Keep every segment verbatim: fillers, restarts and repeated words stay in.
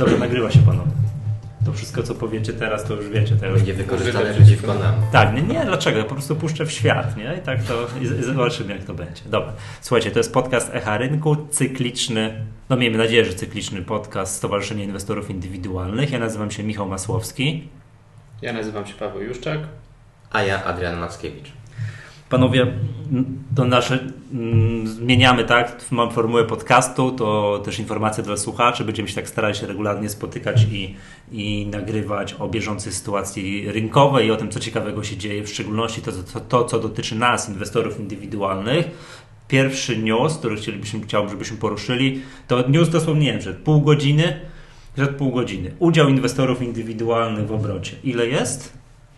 Dobra, nagrywa się panowie. To wszystko, co powiecie teraz, to już wiecie. To już będzie wykorzystane przeciwko nam. Tak, nie, nie, dlaczego? Ja po prostu puszczę w świat, nie? I tak to i zobaczymy, jak to będzie. Dobra. Słuchajcie, to jest podcast Echa Rynku, cykliczny, no miejmy nadzieję, że cykliczny podcast Stowarzyszenia Inwestorów Indywidualnych. Ja nazywam się Michał Masłowski. Ja nazywam się Paweł Juszczak. A ja Adrian Mackiewicz. Panowie, to nasze mm, zmieniamy, tak, formułę podcastu, to też informacje dla słuchaczy. Będziemy się tak starali się regularnie spotykać i, i nagrywać o bieżącej sytuacji rynkowej i o tym, co ciekawego się dzieje, w szczególności to, to, to co dotyczy nas, inwestorów indywidualnych. Pierwszy news, który chcielibyśmy, chciałbym, żebyśmy poruszyli, to news dosłownie, nie wiem, przed pół godziny, przed pół godziny. Udział inwestorów indywidualnych w obrocie. Ile jest?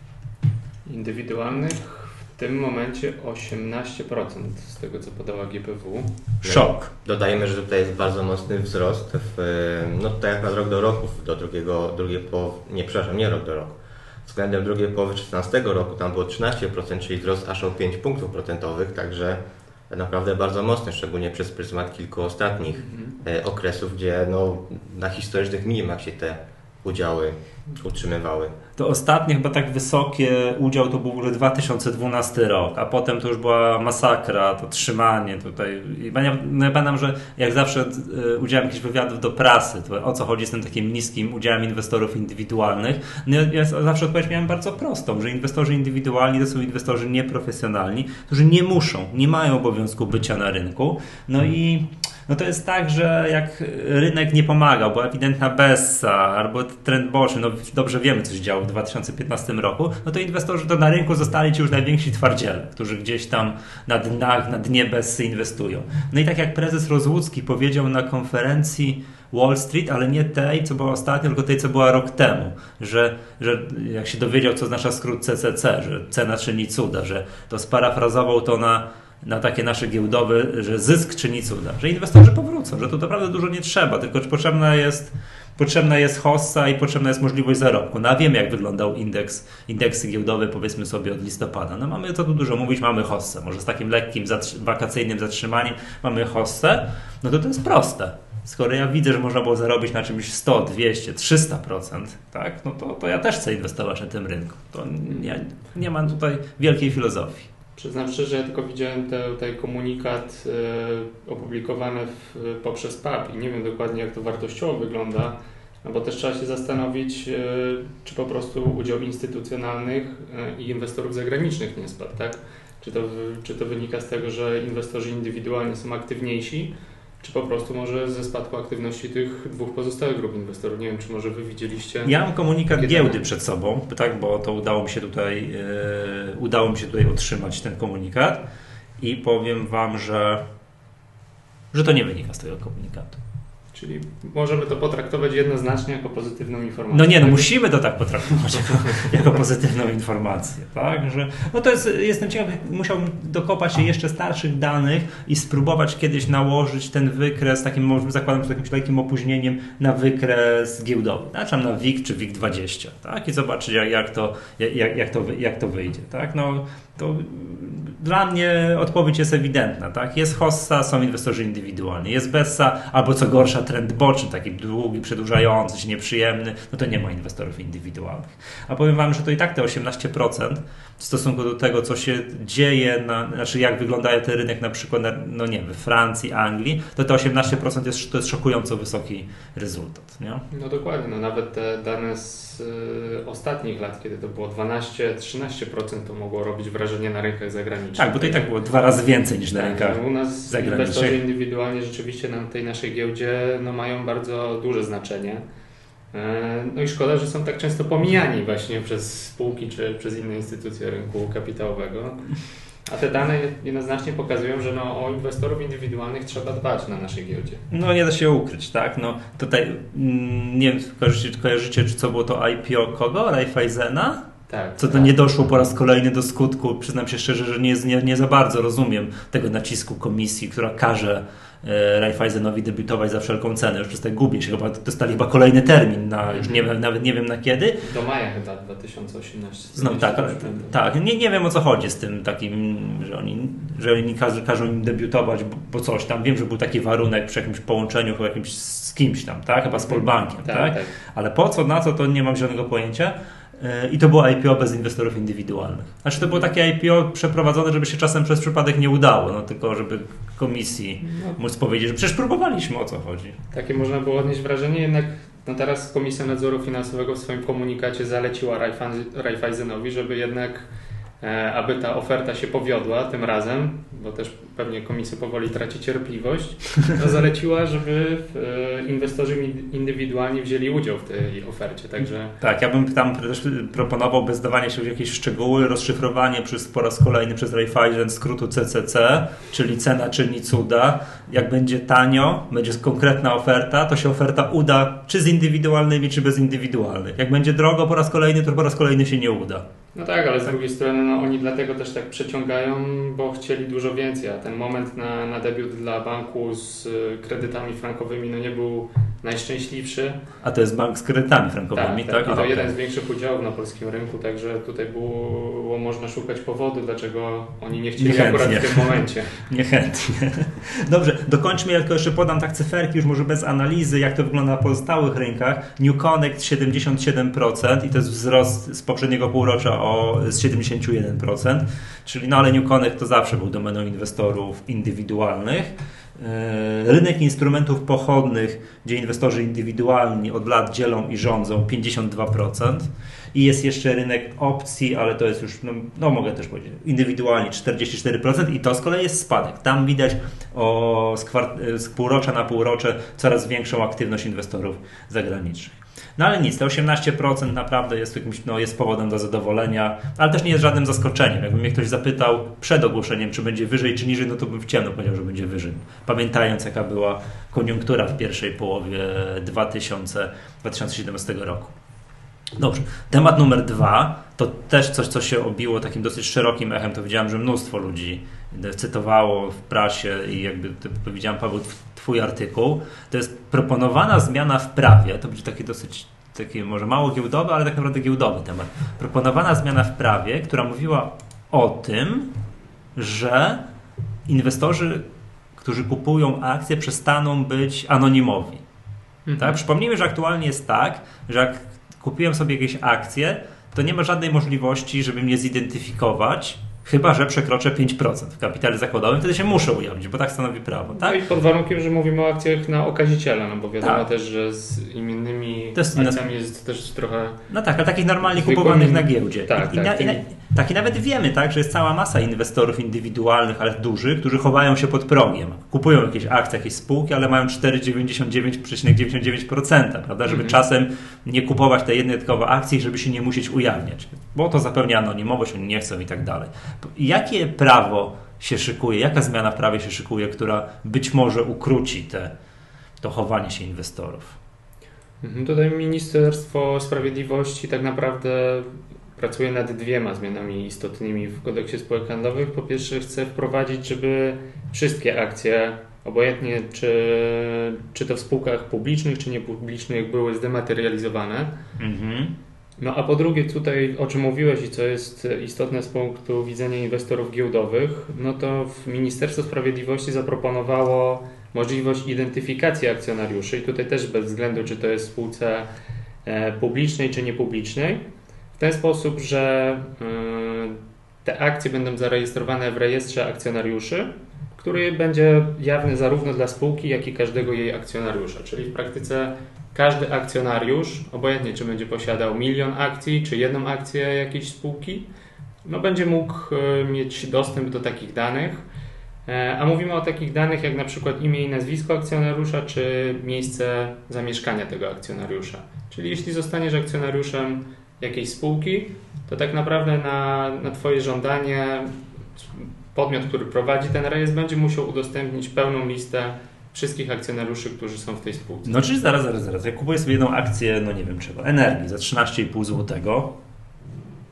Indywidualnych? W tym momencie osiemnaście procent z tego, co podała G P W. Szok. Dodajmy, że tutaj jest bardzo mocny wzrost, w, no tak jak na rok do roku, do drugiego, drugiej połowy, nie przepraszam, nie rok do roku. Względem drugiej połowy dwa tysiące szesnastego roku tam było trzynaście procent, czyli wzrost aż o pięć punktów procentowych, także naprawdę bardzo mocny, szczególnie przez pryzmat kilku ostatnich mhm. okresów, gdzie no, na historycznych minimach się te udziały utrzymywały. To ostatnie chyba tak wysokie udział to był w ogóle dwa tysiące dwunasty rok, a potem to już była masakra, to trzymanie tutaj. I pamiętam, że jak zawsze udziałem jakichś wywiadów do prasy, to o co chodzi z tym takim niskim udziałem inwestorów indywidualnych. No ja zawsze odpowiedź miałem bardzo prostą, że inwestorzy indywidualni to są inwestorzy nieprofesjonalni, którzy nie muszą, nie mają obowiązku bycia na rynku. No i no to jest tak, że jak rynek nie pomagał, była ewidentna Bessa albo trend boczny, no dobrze wiemy, co się działo w dwa tysiące piętnastym roku, no to inwestorzy to na rynku zostali ci już najwięksi twardziele, którzy gdzieś tam na dnach, na dnie Bessy inwestują. No i tak jak prezes Rozłucki powiedział na konferencji Wall Street, ale nie tej, co była ostatnio, tylko tej, co była rok temu, że, że jak się dowiedział, co oznacza skrót C C C, że cena czyni cuda, że to sparafrazował to na na takie nasze giełdowe, że zysk czyni cuda, że inwestorzy powrócą, że tu naprawdę dużo nie trzeba, tylko potrzebna jest, potrzebna jest hossa i potrzebna jest możliwość zarobku. No a wiemy, jak wyglądał indeks, indeksy giełdowe, powiedzmy sobie od listopada. No mamy, co tu dużo mówić, mamy hossę, może z takim lekkim, zatrzy- wakacyjnym zatrzymaniem mamy hossę, no to to jest proste. Skoro ja widzę, że można było zarobić na czymś sto, dwieście, trzysta procent, tak, no to, to ja też chcę inwestować na tym rynku. To nie, nie mam tutaj wielkiej filozofii. Przyznam szczerze, ja tylko widziałem te, tutaj komunikat e, opublikowany w, poprzez P A P i nie wiem dokładnie, jak to wartościowo wygląda, no bo też trzeba się zastanowić, e, czy po prostu udział instytucjonalnych e, i inwestorów zagranicznych nie spadł, tak? Czy to, czy to wynika z tego, że inwestorzy indywidualni są aktywniejsi, czy po prostu może ze spadku aktywności tych dwóch pozostałych grup inwestorów. Nie wiem, czy może wy widzieliście... Ja mam komunikat giełdy przed sobą, tak, bo to udało mi się tutaj yy, udało mi się tutaj otrzymać ten komunikat i powiem wam, że, że to nie wynika z tego komunikatu. Czyli możemy to potraktować jednoznacznie jako pozytywną informację. No nie, no musimy to tak potraktować jako, jako pozytywną informację, tak, że no to jest, jestem ciekaw, musiałbym dokopać się jeszcze starszych danych i spróbować kiedyś nałożyć ten wykres, takim, zakładam, z jakimś lekkim opóźnieniem na wykres giełdowy, znaczy na W I G czy W I G dwadzieścia, tak, i zobaczyć jak, jak, to, jak, jak, to, jak to wyjdzie, tak, no to dla mnie odpowiedź jest ewidentna, tak? Jest hossa, są inwestorzy indywidualni, jest Bessa, albo co gorsza trend boczny, taki długi, przedłużający się, nieprzyjemny, no to nie ma inwestorów indywidualnych. A powiem wam, że to i tak te osiemnaście procent w stosunku do tego, co się dzieje, na, znaczy jak wyglądają ten rynek na przykład, na, no nie we Francji, Anglii, to te osiemnaście procent jest, to jest szokująco wysoki rezultat, nie? No dokładnie, no nawet te dane z y, ostatnich lat, kiedy to było dwanaście do trzynastu procent, to mogło robić wrażenie na rynkach zagranicznych. Tak, bo to i tak było dwa razy więcej niż na tak, rynkach no, u nas zagranicznych. Inwestorzy indywidualnie rzeczywiście na tej naszej giełdzie no, mają bardzo duże znaczenie. No i szkoda, że są tak często pomijani właśnie przez spółki czy przez inne instytucje rynku kapitałowego. A te dane jednoznacznie pokazują, że no, o inwestorów indywidualnych trzeba dbać na naszej giełdzie. No nie da się ukryć, tak? No tutaj mm, nie wiem, kojarzycie, kojarzycie, czy co było to I P O kogo? Raiffeisena? Tak, co to tak. nie doszło po raz kolejny do skutku. Przyznam się szczerze, że nie, nie, nie za bardzo rozumiem tego nacisku komisji, która każe e, Raiffeisenowi debiutować za wszelką cenę. Już przez tak gubię się, chyba dostali chyba kolejny termin, na, już nie, nawet nie wiem na kiedy. Do maja chyba dwa tysiące osiemnastego. No tak, tak. Nie, nie wiem o co chodzi z tym takim, że oni, że oni każą, każą im debiutować, bo, bo coś tam. Wiem, że był taki warunek przy jakimś połączeniu chyba jakimś z kimś tam, tak? Chyba z Polbankiem, tak, tak? tak? Ale po co, na co, to nie mam zielonego pojęcia. I to było I P O bez inwestorów indywidualnych. Znaczy to było takie I P O przeprowadzone, żeby się czasem przez przypadek nie udało, no tylko żeby komisji no. móc powiedzieć, że przecież próbowaliśmy, o co chodzi. Takie można było odnieść wrażenie, jednak no teraz Komisja Nadzoru Finansowego w swoim komunikacie zaleciła Raiffeisenowi, żeby jednak e, aby ta oferta się powiodła tym razem, bo też pewnie komisja powoli traci cierpliwość, to zaleciła, żeby e, inwestorzy indywidualni wzięli udział w tej ofercie. Także... Tak, ja bym tam też proponował bez dawania się w jakieś szczegóły, rozszyfrowanie przez, po raz kolejny przez Raiffeisen skrótu C C C, czyli cena czyni cuda. Jak będzie tanio, będzie konkretna oferta, to się oferta uda czy z indywidualnymi, czy bez indywidualnych. Jak będzie drogo po raz kolejny, to po raz kolejny się nie uda. No tak, ale z drugiej strony no, oni dlatego też tak przeciągają, bo chcieli dużo więcej, a ten moment na, na debiut dla banku z kredytami frankowymi no, nie był najszczęśliwszy. A to jest bank z kredytami frankowymi, tak? Tak, tak. I to Aha, jeden okay. z większych udziałów na polskim rynku, także tutaj było można szukać powodu, dlaczego oni nie chcieli Niechętnie. akurat w tym momencie. Niechętnie. Dobrze, dokończmy, ja tylko jeszcze podam tak cyferki, już może bez analizy, jak to wygląda na pozostałych rynkach. New Connect siedemdziesiąt siedem procent i to jest wzrost z poprzedniego półrocza o z siedemdziesiąt jeden procent, czyli no ale New Connect to zawsze był domeną inwestorów indywidualnych. Rynek instrumentów pochodnych, gdzie inwestorzy indywidualni od lat dzielą i rządzą pięćdziesiąt dwa procent i jest jeszcze rynek opcji, ale to jest już, no, no mogę też powiedzieć, indywidualni czterdzieści cztery procent i to z kolei jest spadek. Tam widać o, z, kwart- z półrocza na półrocze coraz większą aktywność inwestorów zagranicznych. No ale nic, te osiemnaście procent naprawdę jest, jakimś, no, jest powodem do zadowolenia, ale też nie jest żadnym zaskoczeniem. Jakby mnie ktoś zapytał przed ogłoszeniem, czy będzie wyżej, czy niżej, no to bym w ciemno powiedział, że będzie wyżej. Pamiętając, jaka była koniunktura w pierwszej połowie dwa tysiące siedemnastego roku. Dobrze, temat numer dwa to też coś, co się obiło takim dosyć szerokim echem. To widziałem, że mnóstwo ludzi cytowało w prasie i jakby to widziałem, Paweł, twój artykuł. To jest proponowana zmiana w prawie. To będzie taki dosyć, taki może mało giełdowy, ale tak naprawdę giełdowy temat. Proponowana zmiana w prawie, która mówiła o tym, że inwestorzy, którzy kupują akcje, przestaną być anonimowi. Mhm. Tak? Przypomnijmy, że aktualnie jest tak, że jak kupiłem sobie jakieś akcje, to nie ma żadnej możliwości, żeby mnie zidentyfikować, chyba że przekroczę pięć procent w kapitale zakładowym, wtedy się muszę ujawnić, bo tak stanowi prawo. Tak? No i pod warunkiem, że mówimy o akcjach na okaziciela, no bo wiadomo tak. też, że z innymi jest akcjami jest też trochę... No tak, ale takich normalnie zwykłym... kupowanych na giełdzie. Tak, I, tak, i, na, tym... i, na, tak, i nawet wiemy, tak, że jest cała masa inwestorów indywidualnych, ale dużych, którzy chowają się pod progiem. Kupują jakieś akcje, jakieś spółki, ale mają cztery przecinek dziewięćdziesiąt dziewięć przecinek dziewięćdziesiąt dziewięć procent, prawda, żeby mm-hmm. czasem nie kupować tej jednej tylko akcji, żeby się nie musieć ujawniać, bo to zapewnia anonimowość, oni nie chcą i tak dalej. Jakie prawo się szykuje, jaka zmiana w prawie się szykuje, która być może ukróci te, to chowanie się inwestorów? Tutaj Ministerstwo Sprawiedliwości tak naprawdę pracuje nad dwiema zmianami istotnymi w kodeksie spółek handlowych. Po pierwsze chce wprowadzić, żeby wszystkie akcje, obojętnie czy, czy to w spółkach publicznych, czy niepublicznych, były zdematerializowane. Mhm. No a po drugie tutaj, o czym mówiłeś i co jest istotne z punktu widzenia inwestorów giełdowych, no to Ministerstwo Sprawiedliwości zaproponowało możliwość identyfikacji akcjonariuszy i tutaj też bez względu, czy to jest w spółce publicznej, czy niepublicznej, w ten sposób, że te akcje będą zarejestrowane w rejestrze akcjonariuszy, który będzie jawny zarówno dla spółki, jak i każdego jej akcjonariusza, czyli w praktyce każdy akcjonariusz, obojętnie czy będzie posiadał milion akcji, czy jedną akcję jakiejś spółki, no będzie mógł mieć dostęp do takich danych. A mówimy o takich danych jak na przykład imię i nazwisko akcjonariusza, czy miejsce zamieszkania tego akcjonariusza. Czyli jeśli zostaniesz akcjonariuszem jakiejś spółki, to tak naprawdę na, na Twoje żądanie podmiot, który prowadzi ten rejestr, będzie musiał udostępnić pełną listę wszystkich akcjonariuszy, którzy są w tej spółce. No czyli zaraz, zaraz, zaraz. Jak kupuję sobie jedną akcję, no nie wiem czego, Energii za trzynaście i pół złotego,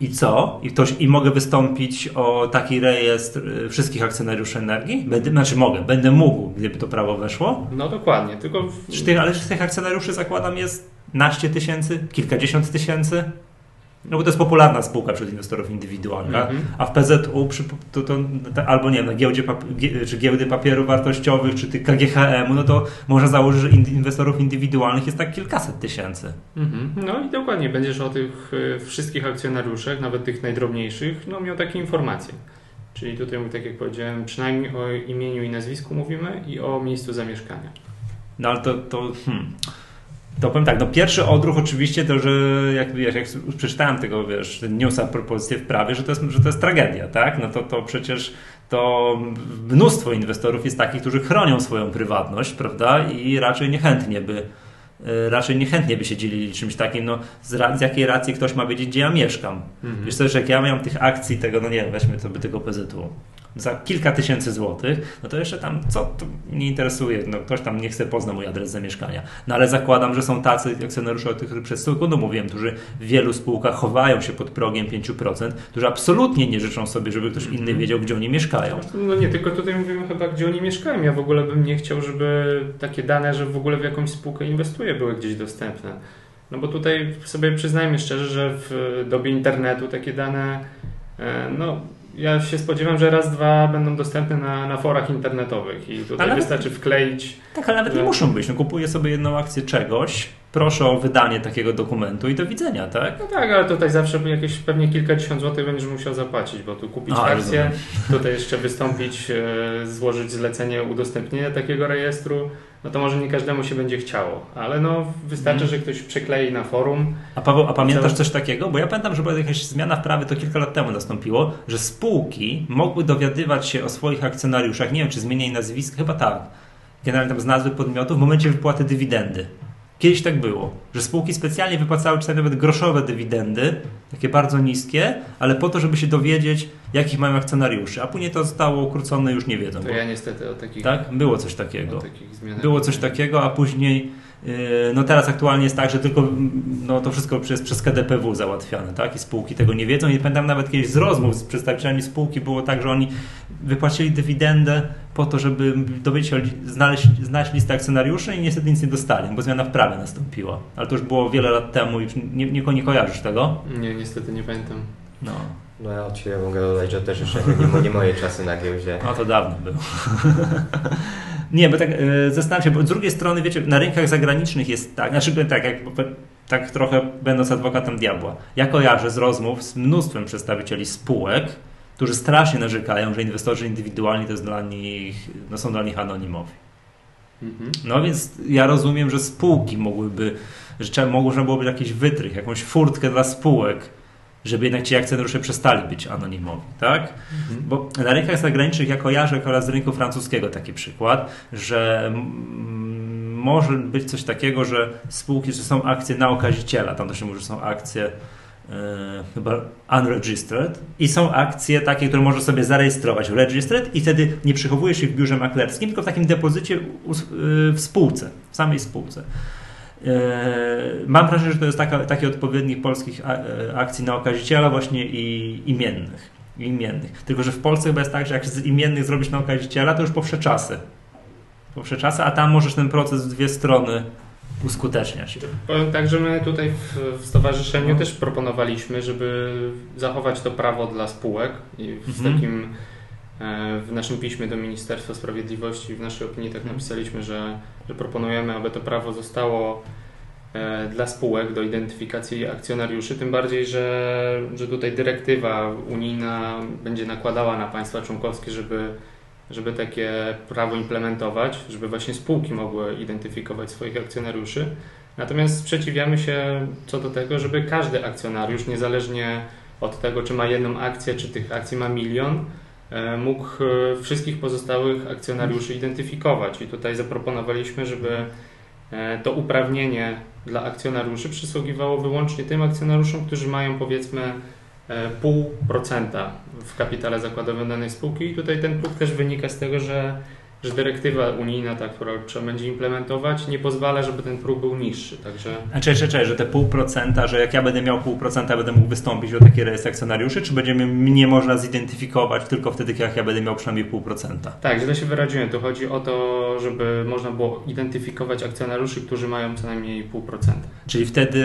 I co? I, ktoś, I mogę wystąpić o taki rejestr wszystkich akcjonariuszy Energii? Będę, znaczy mogę, będę mógł, gdyby to prawo weszło? No dokładnie, tylko... W... Czy tych, ale z tych akcjonariuszy zakładam jest naście tysięcy, kilkadziesiąt tysięcy? No bo to jest popularna spółka wśród inwestorów indywidualnych, mm-hmm. a w P Z U przy, to, to, to, albo nie wiem, na giełdzie czy giełdy papierów wartościowych, czy tych K G H M, no to można założyć, że inwestorów indywidualnych jest tak kilkaset tysięcy. Mm-hmm. No i dokładnie, będziesz o tych y, wszystkich akcjonariuszach, nawet tych najdrobniejszych, no miał takie informacje. Czyli tutaj, tak jak powiedziałem, przynajmniej o imieniu i nazwisku mówimy i o miejscu zamieszkania. No ale to... to hmm. To powiem tak, no pierwszy odruch oczywiście to, że jak, jak, jak przeczytałem tego, wiesz, newsa, propozycję w prawie, że to jest, że to jest tragedia, tak? No to, to przecież to mnóstwo inwestorów jest takich, którzy chronią swoją prywatność, prawda? I raczej niechętnie by raczej niechętnie by się dzielili czymś takim, no z, ra- z jakiej racji ktoś ma wiedzieć, gdzie ja mieszkam. Mhm. Wiesz co, że jak ja miałem tych akcji tego, no nie wiem, weźmy sobie tego P Z U za kilka tysięcy złotych, no to jeszcze tam, co to mnie interesuje, no ktoś tam nie chce pozna mój adres zamieszkania. No ale zakładam, że są tacy akcjonariusze, o których przed sekundą mówiłem, którzy w wielu spółkach chowają się pod progiem pięć procent, którzy absolutnie nie życzą sobie, żeby ktoś inny wiedział, gdzie oni mieszkają. No nie, tylko tutaj mówimy chyba, gdzie oni mieszkają. Ja w ogóle bym nie chciał, żeby takie dane, że w ogóle w jakąś spółkę inwestuję, były gdzieś dostępne. No bo tutaj sobie przyznajmy szczerze, że w dobie internetu takie dane, no ja się spodziewam, że raz, dwa będą dostępne na, na forach internetowych i tutaj ale wystarczy wkleić. Tak, ale nawet że... nie muszą być. No, kupuję sobie jedną akcję czegoś, proszę o wydanie takiego dokumentu i do widzenia, tak? No tak, ale tutaj zawsze jakieś pewnie kilkadziesiąt złotych będziesz musiał zapłacić, bo tu kupić A, akcję, tutaj jeszcze wystąpić, złożyć zlecenie udostępnienia takiego rejestru, no to może nie każdemu się będzie chciało, ale no wystarczy, hmm. że ktoś przyklei na forum. A Paweł, a pamiętasz coś takiego? Bo ja pamiętam, że była jakaś zmiana w prawie, to kilka lat temu nastąpiło, że spółki mogły dowiadywać się o swoich akcjonariuszach, nie wiem, czy zmienili nazwisko, chyba tak, generalnie tam z nazwy podmiotu w momencie wypłaty dywidendy. Kiedyś tak było, że spółki specjalnie wypłacały czasami nawet groszowe dywidendy, takie bardzo niskie, ale po to, żeby się dowiedzieć, jakich mają akcjonariuszy, a później to zostało ukrócone, już nie wiedzą. To bo... ja niestety o takich... Tak? Było coś takiego. Było coś takiego, a później no teraz aktualnie jest tak, że tylko no to wszystko jest przez K D P W załatwiane, tak? I spółki tego nie wiedzą. I pamiętam nawet kiedyś z rozmów z przedstawicielami spółki było tak, że oni wypłacili dywidendę po to, żeby dowiedzieć się, znaleźć, znaleźć listę akcjonariuszy i niestety nic nie dostali, bo zmiana w prawie nastąpiła. Ale to już było wiele lat temu i nie, nie, nie kojarzysz tego? Nie, niestety nie pamiętam. No. No ja od siebie mogę dodać, że też jeszcze nie, nie moje czasy na giełdzie. No to dawno było. Nie, bo tak e, zastanawiam się, bo z drugiej strony, wiecie, na rynkach zagranicznych jest tak, znaczy tak, jak, tak trochę będąc adwokatem diabła. Ja kojarzę z rozmów z mnóstwem przedstawicieli spółek, którzy strasznie narzekają, że inwestorzy indywidualni to jest dla nich, no są dla nich anonimowi. Mhm. No więc ja rozumiem, że spółki mogłyby, że trzeba, można byłoby jakiś wytrych, jakąś furtkę dla spółek, żeby jednak ci akcjonariusze przestali być anonimowi, tak? Mhm. Bo na rynkach zagranicznych ja kojarzę oraz z rynku francuskiego taki przykład, że m- może być coś takiego, że spółki, że są akcje na okaziciela, tam to się mówi, że są akcje yy, chyba unregistered i są akcje takie, które możesz sobie zarejestrować w registered i wtedy nie przechowujesz ich w biurze maklerskim, tylko w takim depozycie u, yy, w spółce, w samej spółce. Mam wrażenie, że to jest taka, taki odpowiednik polskich akcji na okaziciela właśnie i imiennych, imiennych. Tylko, że w Polsce chyba jest tak, że jak z imiennych zrobisz na okaziciela, to już powsze czasy. Powsze czasy, a tam możesz ten proces w dwie strony uskuteczniać. Powiem tak, że my tutaj w, w stowarzyszeniu no. też proponowaliśmy, żeby zachować to prawo dla spółek i w mhm. takim w naszym piśmie do Ministerstwa Sprawiedliwości w naszej opinii tak napisaliśmy, że, że proponujemy, aby to prawo zostało e, dla spółek do identyfikacji akcjonariuszy, tym bardziej, że, że tutaj dyrektywa unijna będzie nakładała na państwa członkowskie, żeby, żeby takie prawo implementować, żeby właśnie spółki mogły identyfikować swoich akcjonariuszy. Natomiast sprzeciwiamy się co do tego, żeby każdy akcjonariusz, niezależnie od tego, czy ma jedną akcję, czy tych akcji ma milion, mógł wszystkich pozostałych akcjonariuszy identyfikować i tutaj zaproponowaliśmy, żeby to uprawnienie dla akcjonariuszy przysługiwało wyłącznie tym akcjonariuszom, którzy mają powiedzmy pół procenta w kapitale zakładowym danej spółki i tutaj ten próg też wynika z tego, że, że dyrektywa unijna, ta, która trzeba będzie implementować, nie pozwala, żeby ten próg był niższy. Także... A czy, czy, czy, że te pół procenta, że jak ja będę miał pół procenta, będę mógł wystąpić do takiej rejestru akcjonariuszy, czy będzie mnie można zidentyfikować tylko wtedy, jak ja będę miał przynajmniej pół procenta? Tak, źle się wyraziłem. To chodzi o to, żeby można było identyfikować akcjonariuszy, którzy mają co najmniej pół procenta. Czyli wtedy,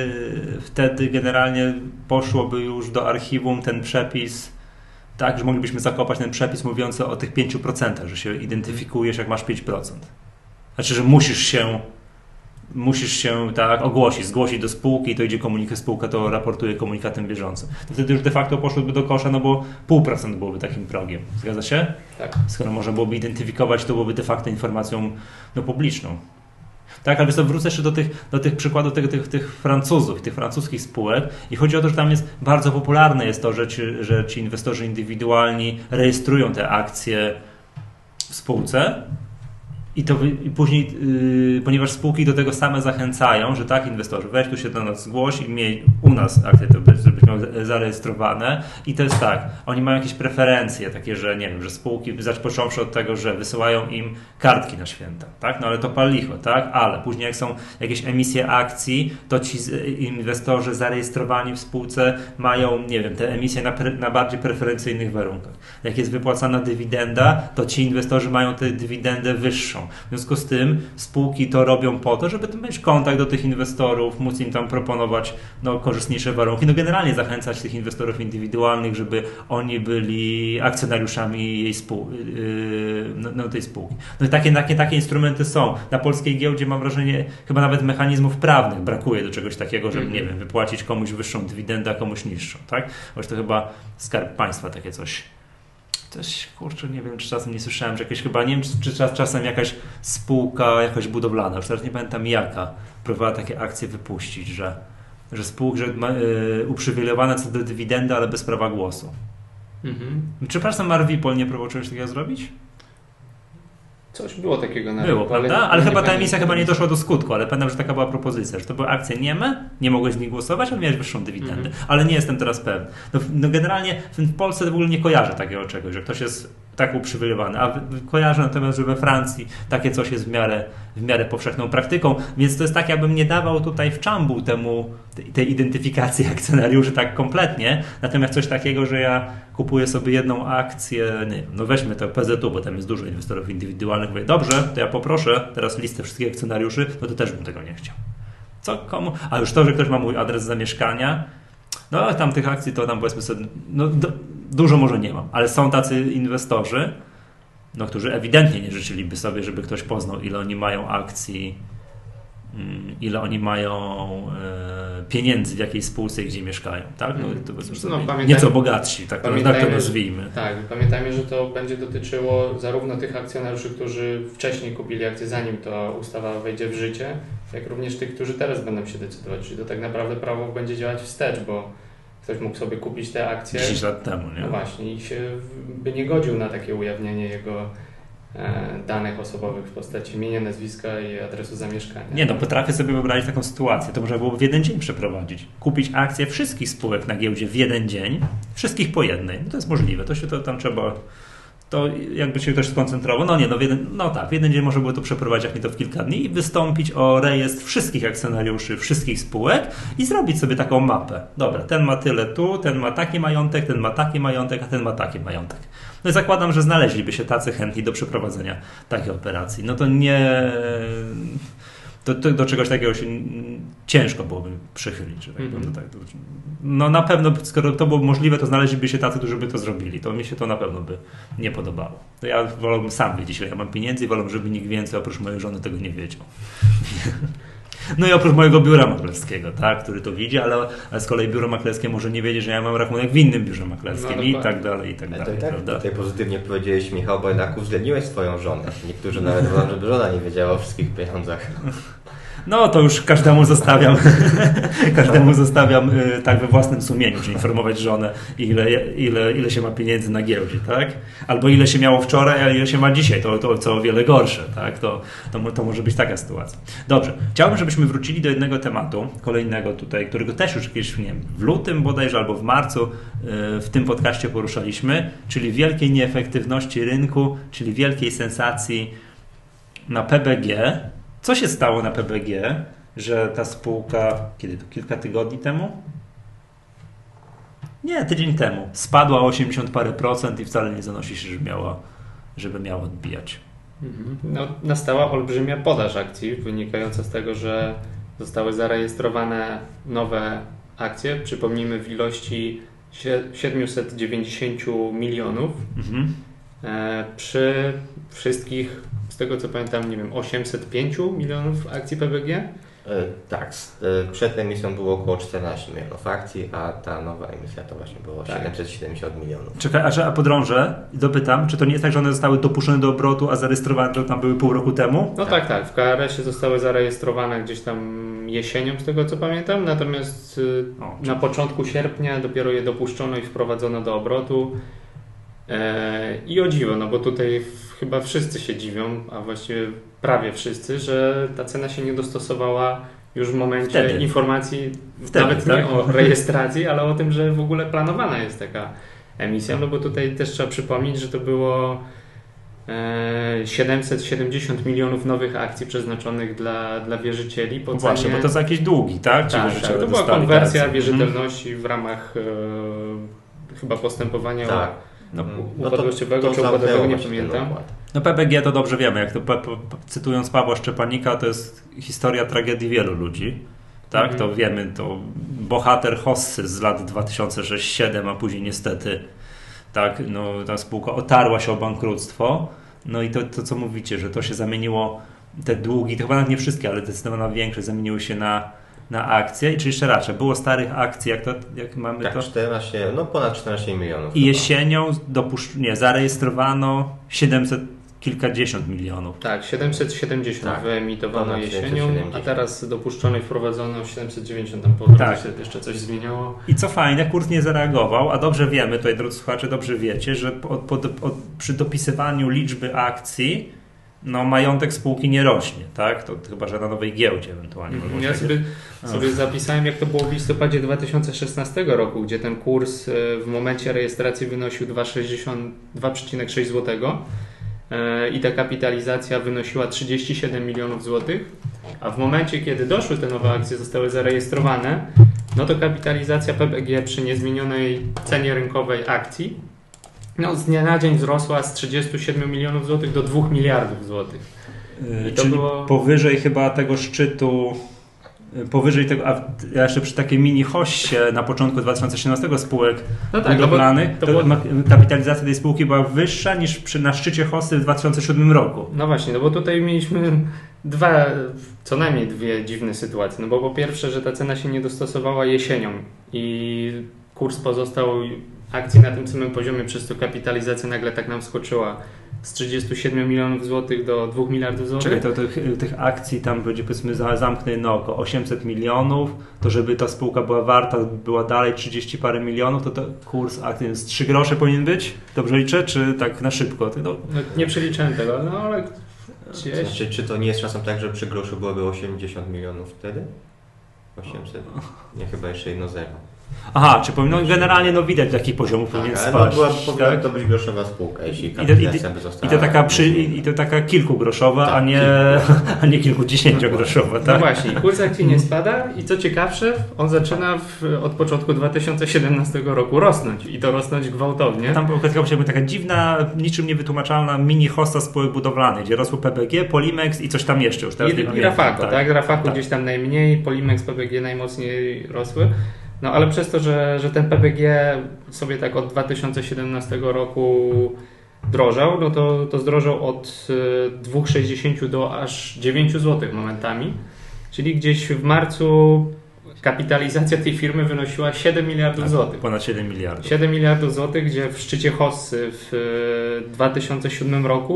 wtedy generalnie poszłoby już do archiwum ten przepis, tak, że moglibyśmy zakopać ten przepis mówiący o tych pięciu procentach, że się identyfikujesz, jak masz pięć procent. Znaczy, że musisz się musisz się tak ogłosić, zgłosić do spółki i to idzie komunikat, spółka to raportuje komunikatem bieżącym. To wtedy już de facto poszłoby do kosza, no bo pół procent byłoby takim progiem. Zgadza się? Tak. Skoro można byłoby identyfikować, to byłoby de facto informacją no, publiczną. Tak, ale to wrócę jeszcze do tych, do tych przykładów tych, tych, tych Francuzów, tych francuskich spółek i chodzi o to, że tam jest bardzo popularne jest to, że ci, że ci inwestorzy indywidualni rejestrują te akcje w spółce i to i później, yy, ponieważ spółki do tego same zachęcają, że tak, inwestorzy, weź tu się do nas zgłoś i miej u nas akcje, to żebyś miał zarejestrowane i to jest tak, oni mają jakieś preferencje takie, że nie wiem, że spółki, począwszy od tego, że wysyłają im kartki na święta, tak, no ale to pal licho, tak, ale później jak są jakieś emisje akcji, to ci inwestorzy zarejestrowani w spółce mają, nie wiem, te emisje na, pre, na bardziej preferencyjnych warunkach. Jak jest wypłacana dywidenda, to ci inwestorzy mają tę dywidendę wyższą. W związku z tym spółki to robią po to, żeby mieć kontakt do tych inwestorów, móc im tam proponować no, korzystniejsze warunki. No generalnie zachęcać tych inwestorów indywidualnych, żeby oni byli akcjonariuszami jej spół- yy, no, no, tej spółki. No i takie, takie, takie instrumenty są. Na polskiej giełdzie mam wrażenie, chyba nawet mechanizmów prawnych brakuje do czegoś takiego, żeby, nie wiem, wypłacić komuś wyższą dywidendę, a komuś niższą, tak? Choć to chyba Skarb Państwa takie coś Coś, kurczę, nie wiem, czy czasem nie słyszałem, że jakieś chyba, nie wiem, czy, czy czasem jakaś spółka jakaś budowlana, już teraz nie pamiętam jaka, próbowała takie akcje wypuścić, że, że spółki, że ma, y, uprzywilejowane co do dywidendy, ale bez prawa głosu. Mhm. Czy czasem Marwipol nie próbował czegoś takiego zrobić? Coś było takiego na Było, rynku, prawda? Ale, ale nie chyba ta pamiętam. emisja chyba nie doszła do skutku, ale pamiętam, że taka była propozycja, że to były akcje nieme, nie mogłeś z nich głosować, ale miałeś wyższą dywidendę. Mm-hmm. Ale nie jestem teraz pewny. No, no generalnie w Polsce w ogóle nie kojarzę takiego czegoś, że ktoś jest tak uprzywilejowany, a kojarzę natomiast, że we Francji takie coś jest w miarę, w miarę powszechną praktyką, więc to jest tak, jakbym nie dawał tutaj w czambu temu, tej identyfikacji akcjonariuszy tak kompletnie, natomiast coś takiego, że ja kupuję sobie jedną akcję, nie wiem, no weźmy to P Z U, bo tam jest dużo inwestorów indywidualnych, mówię, dobrze, to ja poproszę teraz listę wszystkich akcjonariuszy, no to też bym tego nie chciał. Co, komu? A już to, że ktoś ma mój adres zamieszkania, no tam tych akcji to tam powiedzmy sobie, no do, dużo może nie mam, ale są tacy inwestorzy, no, którzy ewidentnie nie życzyliby sobie, żeby ktoś poznał, ile oni mają akcji, ile oni mają e, pieniędzy w jakiej spółce, gdzie mieszkają, tak? No, to no, nieco bogatsi, tak, tak to nazwijmy. Tak, pamiętajmy, że to będzie dotyczyło zarówno tych akcjonariuszy, którzy wcześniej kupili akcje, zanim ta ustawa wejdzie w życie, jak również tych, którzy teraz będą się decydować. Czyli to tak naprawdę prawo będzie działać wstecz, bo ktoś mógł sobie kupić te akcje dziesięć lat temu, nie? No właśnie, i się by nie godził na takie ujawnienie jego danych osobowych w postaci imienia, nazwiska i adresu zamieszkania. Nie no, potrafię sobie wyobrazić taką sytuację. To można byłoby w jeden dzień przeprowadzić. Kupić akcje wszystkich spółek na giełdzie w jeden dzień, wszystkich po jednej. No to jest możliwe. To się to tam trzeba... To jakby się ktoś skoncentrował. No nie, no, w jeden, no tak, w jeden dzień można było to przeprowadzić, jak nie to w kilka dni i wystąpić o rejestr wszystkich akcjonariuszy, wszystkich spółek i zrobić sobie taką mapę. Dobra, ten ma tyle tu, ten ma taki majątek, ten ma taki majątek, a ten ma taki majątek. No i zakładam, że znaleźliby się tacy chętni do przeprowadzenia takiej operacji. No to nie... To, to do czegoś takiego się ciężko byłoby przychylić. Że tak mm-hmm. powiem, tak, no na pewno, skoro to było możliwe, to znaleźliby się tacy, którzy by to zrobili. To mi się to na pewno by nie podobało. To ja wolałbym sam wiedzieć, ile ja mam pieniędzy i wolałbym, żeby nikt więcej oprócz mojej żony tego nie wiedział. No i oprócz mojego biura maklerskiego, tak, który to widzi, ale, ale z kolei biuro maklerskie może nie wiedzieć, że ja mam rachunek w innym biurze maklerskim no, i tak dalej, i tak dalej. To i tak, prawda? Tutaj pozytywnie powiedziałeś, Michał, bo jednak uwzględniłeś swoją żonę. Niektórzy nawet wolą, żeby żona nie wiedziała o wszystkich pieniądzach. No to już każdemu zostawiam każdemu zostawiam y, tak we własnym sumieniu, czy informować żonę, ile, ile, ile się ma pieniędzy na giełdzie, tak? Albo ile się miało wczoraj, a ile się ma dzisiaj, to, to co o wiele gorsze, tak? To, to, to może być taka sytuacja. Dobrze, chciałbym, żebyśmy wrócili do jednego tematu, kolejnego tutaj, którego też już kiedyś, nie wiem, w lutym bodajże albo w marcu y, w tym podcaście poruszaliśmy, czyli wielkiej nieefektywności rynku, czyli wielkiej sensacji na P B G. Co się stało na P B G, że ta spółka, kiedy to kilka tygodni temu? Nie, tydzień temu. Spadła o osiemdziesiąt parę procent i wcale nie zanosi się, żeby miała, żeby miała odbijać. No, nastała olbrzymia podaż akcji, wynikająca z tego, że zostały zarejestrowane nowe akcje, przypomnijmy w ilości siedemset dziewięćdziesiąt milionów. Mhm. E, przy wszystkich, z tego co pamiętam, nie wiem, osiemset pięć milionów akcji P B G? E, tak, e, przed emisją było około czternaście milionów akcji, a ta nowa emisja to właśnie było tak. siedemset siedemdziesiąt milionów. Czekaj, a, że, a podrążę i dopytam, czy to nie jest tak, że one zostały dopuszczone do obrotu, a zarejestrowane to tam były pół roku temu? No tak, tak. tak. W K R S-ie zostały zarejestrowane gdzieś tam jesienią, z tego co pamiętam, natomiast o, na początku sierpnia dopiero je dopuszczono i wprowadzono do obrotu. I o dziwo, no bo tutaj chyba wszyscy się dziwią, a właściwie prawie wszyscy, że ta cena się nie dostosowała już w momencie Wtedy. informacji, Wtedy, nawet tak? nie o rejestracji, ale o tym, że w ogóle planowana jest taka emisja, no bo tutaj też trzeba przypomnieć, że to było siedemset siedemdziesiąt milionów nowych akcji przeznaczonych dla, dla wierzycieli. Po no właśnie, cenie... bo to są jakieś długi, tak? Ci tak, tak to była konwersja wierzytelności w ramach e, chyba postępowania tak. No, upadłościowego no czy upadłego, nie pamiętam. No P B G to dobrze wiemy, jak to cytując Pawła Szczepanika, to jest historia tragedii wielu ludzi. Tak, mm-hmm. to wiemy, to bohater Hossy z lat dwa tysiące sześć do dwa tysiące siedem, a później niestety tak, no, ta spółka otarła się o bankructwo. No i to, to co mówicie, że to się zamieniło, te długi, to chyba nawet nie wszystkie, ale zdecydowanie większe zamieniły się na na akcje, czy jeszcze raczej, było starych akcji, jak to, jak mamy tak, to? czternaście, no ponad czternaście milionów. I jesienią dopuszcz... nie, zarejestrowano siedemset kilkadziesiąt milionów. Tak, siedemset siedemdziesiąt tak, wyemitowano jesienią, siedemset siedemdziesiąt. A teraz dopuszczono i wprowadzono siedemset dziewięćdziesiąt, tam po drodze tak. się jeszcze coś zmieniało. I co fajne, kurs nie zareagował, a dobrze wiemy, tutaj drodzy słuchacze, dobrze wiecie, że od, pod, od, przy dopisywaniu liczby akcji no majątek spółki nie rośnie, tak? To chyba, że na nowej giełdzie ewentualnie. Mm, ja sobie, sobie zapisałem, jak to było w listopadzie dwa tysiące szesnastego roku, gdzie ten kurs w momencie rejestracji wynosił dwa przecinek sześć złotego i ta kapitalizacja wynosiła trzydzieści siedem milionów złotych, a w momencie, kiedy doszły te nowe akcje, zostały zarejestrowane, no to kapitalizacja P B G przy niezmienionej cenie rynkowej akcji no, z dnia na dzień wzrosła z trzydziestu siedmiu milionów złotych do dwóch miliardów złotych. I to Czyli było... powyżej chyba tego szczytu, powyżej tego, a jeszcze przy takiej mini hoście na początku dwa tysiące siedemnastego spółek no tak, budowlanych, to, to było... kapitalizacja tej spółki była wyższa niż przy, na szczycie hosty w dwa tysiące siódmym roku. No właśnie, no bo tutaj mieliśmy dwa, co najmniej dwie dziwne sytuacje. No bo po pierwsze, że ta cena się nie dostosowała jesienią i kurs pozostał akcji na tym samym poziomie, przez to kapitalizacja nagle tak nam skoczyła z trzydziestu siedmiu milionów złotych do dwóch miliardów złotych. Czekaj, to tych, tych akcji tam będzie powiedzmy zamknę na oko osiemset milionów, to żeby ta spółka była warta, była dalej trzydzieści parę milionów, to, to kurs akcji z trzy grosze powinien być? Dobrze liczę? Czy tak na szybko? No, no, nie przeliczyłem tego, no ale gdzieś... Czy, czy to nie jest czasem tak, że przy groszu byłoby osiemdziesiąt milionów wtedy? osiemset? Nie, chyba jeszcze jedno zero. Aha, czy powinno, generalnie no widać, z jakich poziomów tak, powinien spaść. Była, powinna tak? to być groszowa spółka, jeśli kapitalizacja by została... I to taka, przy, i to taka kilkugroszowa, tak, a, nie, a nie kilkudziesięciogroszowa. Tak? No właśnie, kurs akcji nie spada i co ciekawsze, on zaczyna w, od początku dwa tysiące siedemnastego roku rosnąć i to rosnąć gwałtownie. Tam była taka dziwna, niczym niewytłumaczalna mini hosta spółek budowlanych, gdzie rosło P B G, Polimex i coś tam jeszcze. Już teraz I, i Rafako, tak? tak? Rafako tak. Gdzieś tam najmniej, Polimex, P B G najmocniej rosły. No ale przez to, że, że ten P B G sobie tak od dwa tysiące siedemnastego roku drożał, no to, to zdrożał od dwa przecinek sześćdziesiąt do aż dziewięć złotych momentami. Czyli gdzieś w marcu kapitalizacja tej firmy wynosiła siedem miliardów złotych. Ponad siedem miliardów. siedem miliardów złotych, gdzie w szczycie hossy w dwa tysiące siódmym roku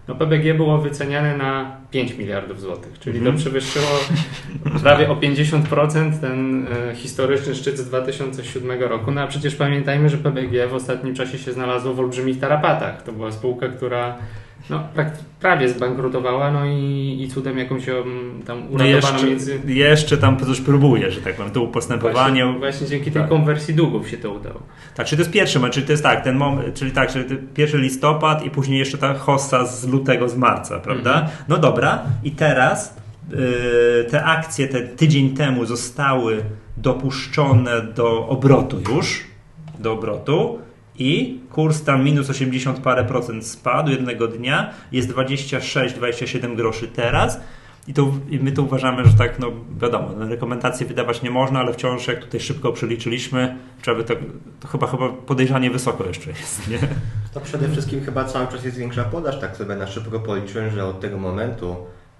no P B G było wyceniane na pięć miliardów złotych, czyli Mhm. to przewyższyło prawie o pięćdziesiąt procent ten e, historyczny szczyt z dwa tysiące siódmego roku. No a przecież pamiętajmy, że P B G w ostatnim czasie się znalazło w olbrzymich tarapatach. To była spółka, która no, prak- prawie zbankrutowała, no i, i cudem jakąś ją tam No uratowano jeszcze, między... jeszcze tam coś próbuje, że tak powiem, to postępowanie. Właśnie, właśnie dzięki tej Tak. konwersji długów się to udało. Tak, czyli to jest pierwszy moment, czyli to jest tak, ten moment, czyli tak, że pierwszy listopad i później jeszcze ta hossa z lutego, z marca, prawda? Mhm. No dobra, i teraz yy, te akcje te tydzień temu zostały dopuszczone do obrotu już, do obrotu i kurs tam minus osiemdziesiąt parę procent spadł jednego dnia, jest dwadzieścia sześć dwadzieścia siedem groszy teraz. I, to, I my to uważamy, że tak, no wiadomo, no, rekomendacji wydawać nie można, ale wciąż jak tutaj szybko przeliczyliśmy, trzeba by to, to chyba, chyba podejrzanie wysoko jeszcze jest, nie? To przede wszystkim chyba cały czas jest większa podaż, tak sobie na szybko policzyłem, że od tego momentu,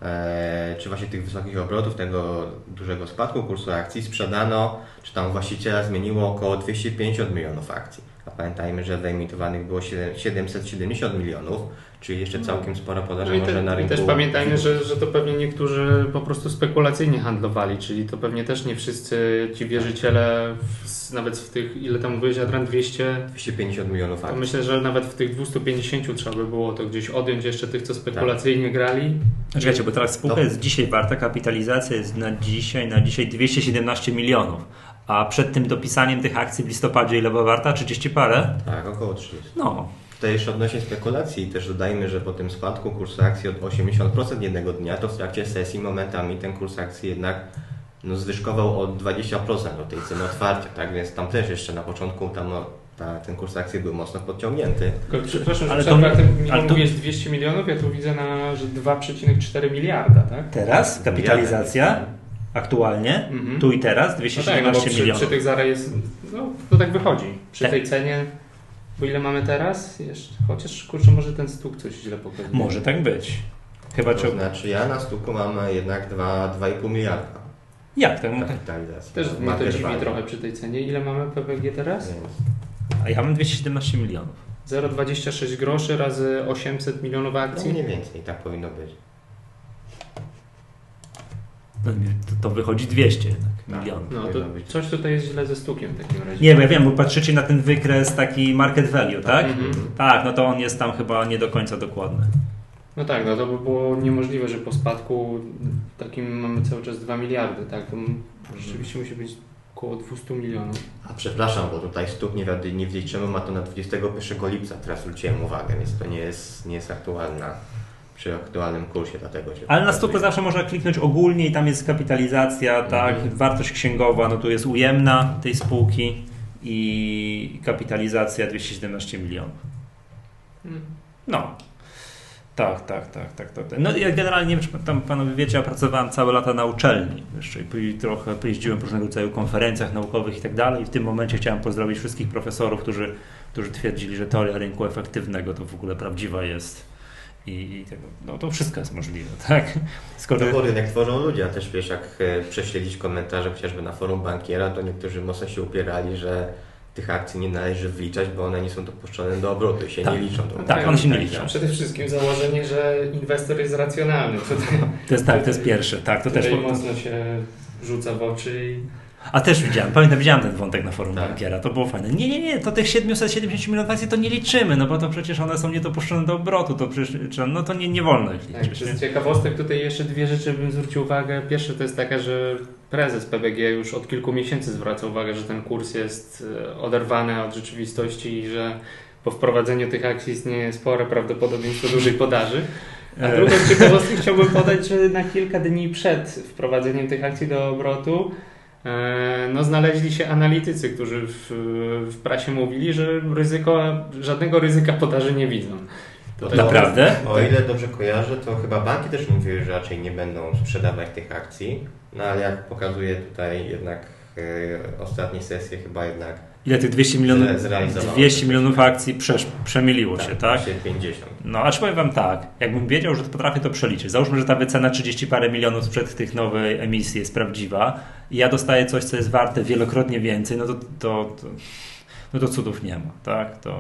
e, czy właśnie tych wysokich obrotów, tego dużego spadku kursu akcji sprzedano, czy tam właściciela zmieniło około dwieście pięćdziesiąt milionów akcji. A pamiętajmy, że wyemitowanych było siedemset siedemdziesiąt milionów, czyli jeszcze całkiem spora podaż No i, może te, na i rynku. też pamiętajmy, że, że to pewnie niektórzy po prostu spekulacyjnie handlowali, czyli to pewnie też nie wszyscy ci wierzyciele, w, nawet w tych, ile tam mówiłeś, Adrian, dwieście, dwieście pięćdziesiąt milionów to akcji. myślę, że nawet w tych dwieście pięćdziesiąt trzeba by było to gdzieś odjąć jeszcze tych, co spekulacyjnie grali. Czekajcie, bo teraz spółka No. jest dzisiaj warta, kapitalizacja jest na dzisiaj, na dzisiaj dwieście siedemnaście milionów, a przed tym dopisaniem tych akcji w listopadzie ile była warta? trzydzieści parę? Tak, około trzydzieści. No. Tutaj jeszcze odnośnie spekulacji, też dodajmy, że po tym spadku kursu akcji od osiemdziesiąt procent jednego dnia, to w trakcie sesji momentami ten kurs akcji jednak no, zwyżkował o dwadzieścia procent od tej ceny otwarcia, tak? Więc tam też jeszcze na początku tam, no, ta, ten kurs akcji był mocno podciągnięty. Tylko, przepraszam, Ale że to- przerwę, ty ale to- mówisz dwieście milionów, ja tu widzę na że dwa przecinek cztery miliarda, tak? Teraz kapitalizacja aktualnie, Mhm. tu i teraz dwieście No tak, no bo siedemnaście przy, milionów. przy tych zarach jest, no to tak wychodzi. Przy Tak. tej cenie, bo ile mamy teraz? Jeszcze, chociaż kurczę, może ten stuk coś źle pokazuje. Może tak być. Chyba To trzeba... znaczy ja na stuku mam jednak dwa i pół miliarda Jak tak? kapitalizacji. Też mnie to Market dziwi value. trochę przy tej cenie. Ile mamy P B G teraz? Więc A ja mam dwieście siedemnaście milionów. zero przecinek dwadzieścia sześć groszy razy osiemset milionów no akcji. mniej więcej tak powinno być. No, nie, to, to wychodzi dwieście jednak Tak. milionów. No to Powinno być. coś tutaj jest źle ze stukiem w takim razie. Nie, bo ja wiem, bo patrzycie na ten wykres taki market value, tak? Mhm. Tak, no to on jest tam chyba nie do końca dokładny. No tak, no to by było niemożliwe, że po spadku takim mamy cały czas dwa miliardy, tak? To m- rzeczywiście musi być około dwieście milionów. A przepraszam, bo tutaj stuk nie, wiad- nie wliczymy, ma to na dwudziestego pierwszego lipca, teraz zwróciłem uwagę, więc to nie jest, nie jest aktualna przy aktualnym kursie, dlatego się Ale na pokazuje. stuku zawsze można kliknąć ogólnie i tam jest kapitalizacja, tak, Mhm. wartość księgowa, no tu jest ujemna tej spółki i kapitalizacja dwieście siedemnaście milionów. Hmm. No. Tak, tak, tak, tak, tak. No ja generalnie, nie wiem, czy tam panowie wiecie, ja pracowałem całe lata na uczelni. Jeszcze i trochę pojeździłem po różnego rodzaju konferencjach naukowych i tak dalej. I w tym momencie chciałem pozdrowić wszystkich profesorów, którzy, którzy twierdzili, że teoria rynku efektywnego to w ogóle prawdziwa jest. I, i tego, no to wszystko jest możliwe, tak? Skoro... No bo rynek tworzą ludzie, a też wiesz, jak e, prześledzić komentarze chociażby na forum bankiera, to niektórzy mocno się upierali, że tych akcji nie należy wliczać, bo one nie są dopuszczone do obrotu i się Tak. nie liczą. To Tak, one się nie liczą. Przede wszystkim założenie, że inwestor jest racjonalny. Tutaj, To jest tak, to jest pierwsze, tak, to też... tutaj mocno się rzuca w oczy i A też widziałem, pamiętam, widziałem ten wątek na forum Tak. bankiera, to było fajne. Nie, nie, nie, to tych siedemset siedemdziesiąt milionów akcji to nie liczymy, no bo to przecież one są niedopuszczone do obrotu, to przecież, no to nie, nie wolno ich tak, liczyć. z ciekawostek tutaj jeszcze dwie rzeczy bym zwrócił uwagę. Pierwsza to jest taka, że prezes P B G już od kilku miesięcy zwraca uwagę, że ten kurs jest e, oderwany od rzeczywistości i że po wprowadzeniu tych akcji istnieje spore prawdopodobieństwo dużej podaży. A E. drugą ciekawostkę chciałbym podać, że na kilka dni przed wprowadzeniem tych akcji do obrotu e, no, znaleźli się analitycy, którzy w, w prasie mówili, że ryzyko, żadnego ryzyka podaży nie widzą. To To- Naprawdę? O ile dobrze kojarzę, to chyba banki też mówiły, że raczej nie będą sprzedawać tych akcji, no ale jak pokazuje tutaj jednak e, ostatnie sesje chyba jednak Ile tych dwieście milionów, Zre- zrealizowało dwieście się. milionów akcji przesz, przemieliło się, tak? się pięćdziesiąt. No, a czy powiem wam tak, jakbym wiedział, że to potrafię to przeliczyć. Załóżmy, że ta wycena trzydzieści parę milionów sprzed tych nowej emisji jest prawdziwa i ja dostaję coś, co jest warte wielokrotnie więcej, no to, to, to, no to cudów nie ma, tak? To,